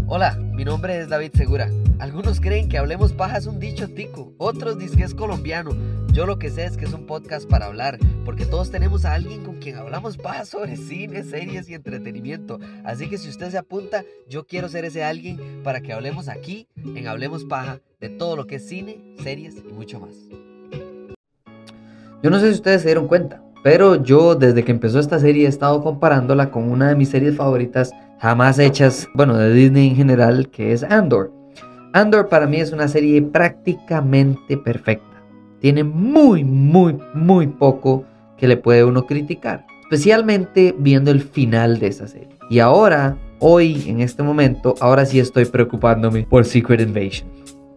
Hola, mi nombre es David Segura. Algunos creen que Hablemos Paja es un dicho tico, otros dicen que es colombiano. Yo lo que sé es que es un podcast para hablar, porque todos tenemos a alguien con quien hablamos paja sobre cine, series y entretenimiento. Así que si usted se apunta, yo quiero ser ese alguien para que hablemos aquí, en Hablemos Paja, de todo lo que es cine, series y mucho más. Yo no sé si ustedes se dieron cuenta, pero yo desde que empezó esta serie he estado comparándola con una de mis series favoritas jamás hechas, de Disney en general, que es Andor. Andor para mí es una serie prácticamente perfecta. Tiene muy poco que le puede uno criticar, especialmente viendo el final de esa serie. Y ahora, hoy, en este momento, ahora sí estoy preocupándome por Secret Invasion.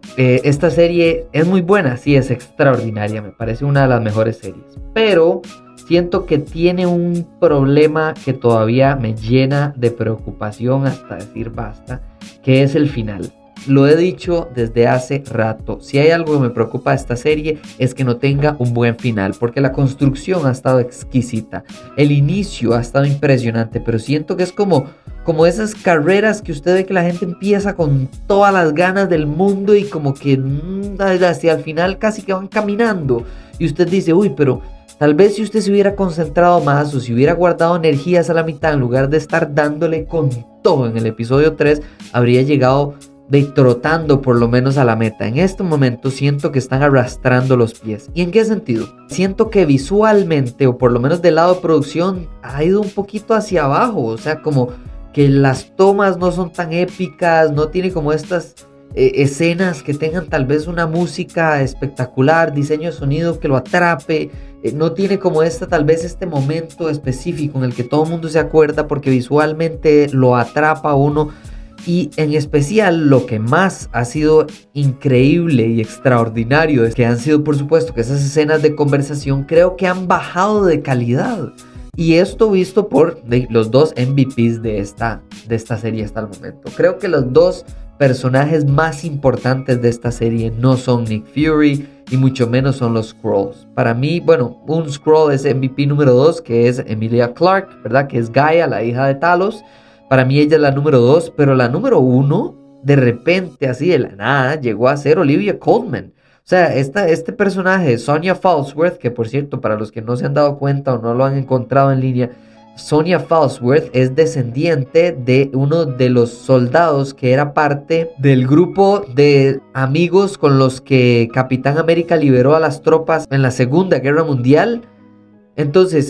Esta serie es muy buena, sí, es extraordinaria, me parece una de las mejores series, pero siento que tiene un problema que todavía me llena de preocupación hasta decir basta, que es el final. Lo he dicho desde hace rato, si hay algo que me preocupa de esta serie es que no tenga un buen final, porque la construcción ha estado exquisita, el inicio ha estado impresionante, pero siento que es como esas carreras que usted ve que la gente empieza con todas las ganas del mundo y como que hacia el final casi que van caminando y usted dice, pero tal vez si usted se hubiera concentrado más o si hubiera guardado energías a la mitad en lugar de estar dándole con todo en el episodio 3, habría llegado trotando por lo menos a la meta. En este momento siento que están arrastrando los pies. ¿Y en qué sentido? Siento que visualmente, o por lo menos del lado de producción, ha ido un poquito hacia abajo. O sea, como que las tomas no son tan épicas, no tiene como estas escenas que tengan tal vez una música espectacular, diseño de sonido que lo atrape. No tiene como tal vez este momento específico en el que todo el mundo se acuerda porque visualmente lo atrapa a uno. Y en especial lo que más ha sido increíble y extraordinario es que han sido, por supuesto, que esas escenas de conversación creo que han bajado de calidad. Y esto visto por los dos MVPs de esta serie hasta el momento. Creo que los dos personajes más importantes de esta serie no son Nick Fury y mucho menos son los Skrulls. Para mí, un Skrull es MVP número 2, que es Emilia Clarke, ¿verdad? Que es Gaia, la hija de Talos. Para mí ella es la número 2, pero la número 1, de repente, así de la nada, llegó a ser Olivia Colman. O sea, este personaje, Sonya Falsworth, que por cierto, para los que no se han dado cuenta o no lo han encontrado en línea, Sonya Falsworth es descendiente de uno de los soldados que era parte del grupo de amigos con los que Capitán América liberó a las tropas en la Segunda Guerra Mundial. Entonces,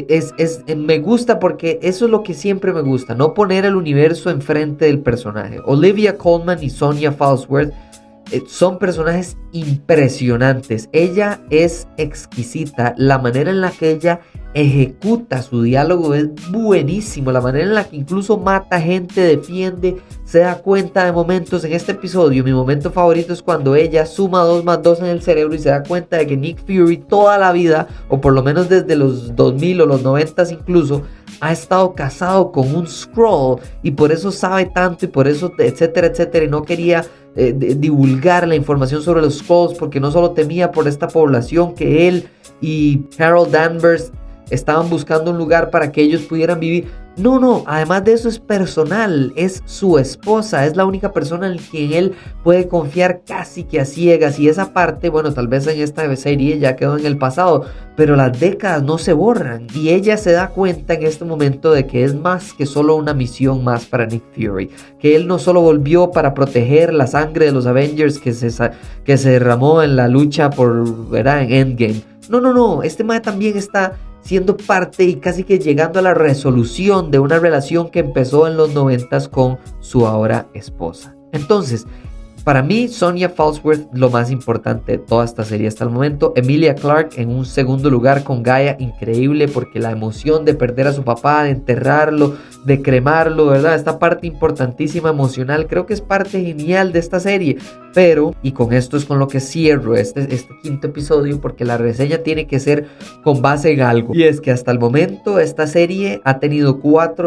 me gusta porque eso es lo que siempre me gusta, no poner el universo enfrente del personaje. Olivia Colman y Sonya Falsworth son personajes impresionantes. Ella es exquisita, la manera en la que ella ejecuta su diálogo es buenísimo, la manera en la que incluso mata gente, defiende, se da cuenta de momentos. En este episodio mi momento favorito es cuando ella suma 2 más 2 en el cerebro y se da cuenta de que Nick Fury toda la vida, o por lo menos desde los 2000 o los 90 incluso, ha estado casado con un Skrull y por eso sabe tanto y por eso etcétera, y no quería divulgar la información sobre los Skrulls porque no solo temía por esta población que él y Carol Danvers estaban buscando un lugar para que ellos pudieran vivir. No, además de eso es personal, es su esposa, es la única persona en quien él puede confiar casi que a ciegas. Y esa parte, tal vez en esta serie ya quedó en el pasado, pero las décadas no se borran. Y ella se da cuenta en este momento de que es más que solo una misión más para Nick Fury, que él no solo volvió para proteger la sangre de los Avengers que se derramó en la lucha en Endgame. No, este mae también está siendo parte y casi que llegando a la resolución de una relación que empezó en los 90s con su ahora esposa. Entonces, para mí, Sonya Falsworth, lo más importante de toda esta serie hasta el momento. Emilia Clarke en un segundo lugar con Gaia, increíble porque la emoción de perder a su papá, de enterrarlo, de cremarlo, ¿verdad? Esta parte importantísima emocional, creo que es parte genial de esta serie. Pero, y con esto es con lo que cierro este quinto episodio, porque la reseña tiene que ser con base en algo. Y es que hasta el momento esta serie ha tenido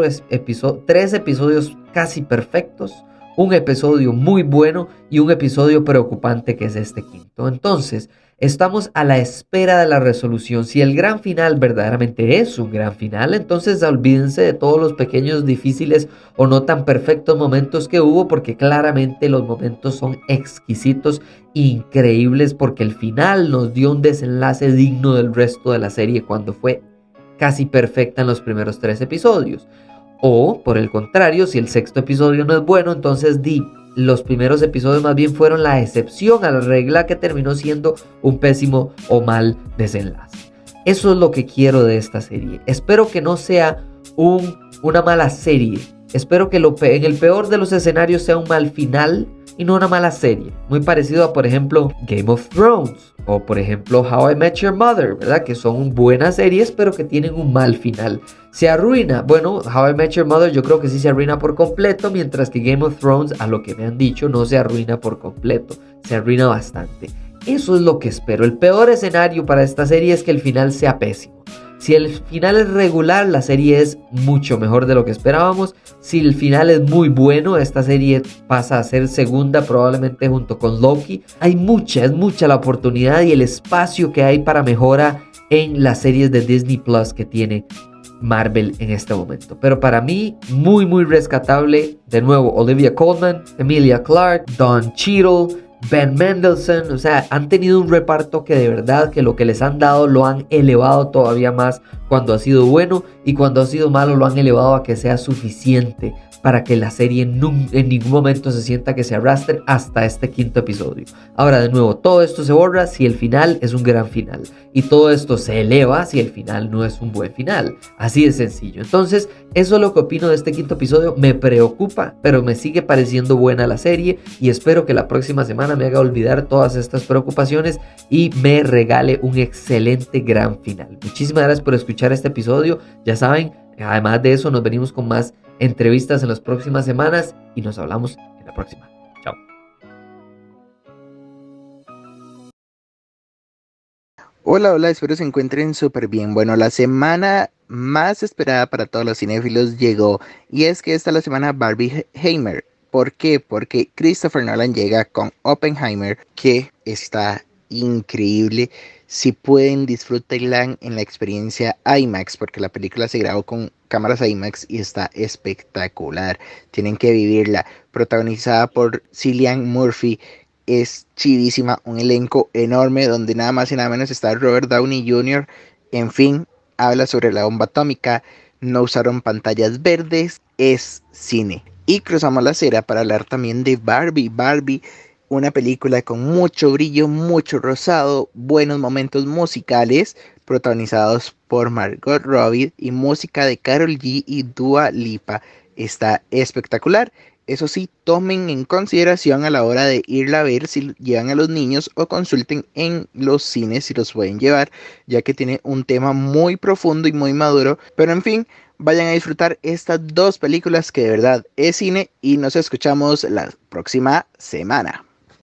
3 episodios casi perfectos, un episodio muy bueno y un episodio preocupante que es este quinto. Entonces, Estamos a la espera de la resolución. Si el gran final verdaderamente es un gran final, entonces olvídense de todos los pequeños, difíciles o no tan perfectos momentos que hubo, porque claramente los momentos son exquisitos, increíbles, porque el final nos dio un desenlace digno del resto de la serie cuando fue casi perfecta en los primeros 3 episodios. O, por el contrario, si el sexto episodio no es bueno, entonces los primeros episodios más bien fueron la excepción a la regla, que terminó siendo un pésimo o mal desenlace. Eso es lo que quiero de esta serie. Espero que no sea una mala serie. Espero que en el peor de los escenarios sea un mal final y no una mala serie. Muy parecido a, por ejemplo, Game of Thrones o, por ejemplo, How I Met Your Mother, ¿verdad? Que son buenas series, pero que tienen un mal final. ¿Se arruina? Bueno, How I Met Your Mother yo creo que sí se arruina por completo, mientras que Game of Thrones, a lo que me han dicho, no se arruina por completo. Se arruina bastante. Eso es lo que espero. El peor escenario para esta serie es que el final sea pésimo. Si el final es regular, la serie es mucho mejor de lo que esperábamos. Si el final es muy bueno, esta serie pasa a ser segunda, probablemente junto con Loki. Es mucha la oportunidad y el espacio que hay para mejora en las series de Disney Plus que tiene Marvel en este momento. Pero para mí, muy rescatable. De nuevo, Olivia Colman, Emilia Clarke, Don Cheadle, Ben Mendelsohn. O sea, han tenido un reparto que de verdad que lo que les han dado lo han elevado todavía más cuando ha sido bueno, y cuando ha sido malo lo han elevado a que sea suficiente para que la serie en ningún momento se sienta que se arrastre hasta este quinto episodio. Ahora, de nuevo, todo esto se borra si el final es un gran final, y todo esto se eleva si el final no es un buen final. Así de sencillo. Entonces, eso es lo que opino de este quinto episodio. Me preocupa, pero me sigue pareciendo buena la serie, y espero que la próxima semana me haga olvidar todas estas preocupaciones y me regale un excelente gran final. Muchísimas gracias por escuchar este episodio. Ya saben, además de eso, nos venimos con más entrevistas en las próximas semanas y nos hablamos en la próxima. Chao. Hola, espero se encuentren súper bien. Bueno, la semana más esperada para todos los cinéfilos llegó, y es que esta es la semana Barbieheimer. ¿Por qué? Porque Christopher Nolan llega con Oppenheimer, que está increíble. Si pueden, disfrútenla en la experiencia IMAX, porque la película se grabó con cámaras IMAX y está espectacular. Tienen que vivirla. Protagonizada por Cillian Murphy. Es chidísima, un elenco enorme donde nada más y nada menos está Robert Downey Jr. En fin, habla sobre la bomba atómica, no usaron pantallas verdes, es cine. Y cruzamos la acera para hablar también de Barbie, una película con mucho brillo, mucho rosado, buenos momentos musicales, protagonizados por Margot Robbie y música de Karol G y Dua Lipa. Está espectacular. Eso sí, tomen en consideración a la hora de irla a ver si llevan a los niños, o consulten en los cines si los pueden llevar, ya que tiene un tema muy profundo y muy maduro. Pero en fin, vayan a disfrutar estas dos películas que de verdad es cine, y nos escuchamos la próxima semana.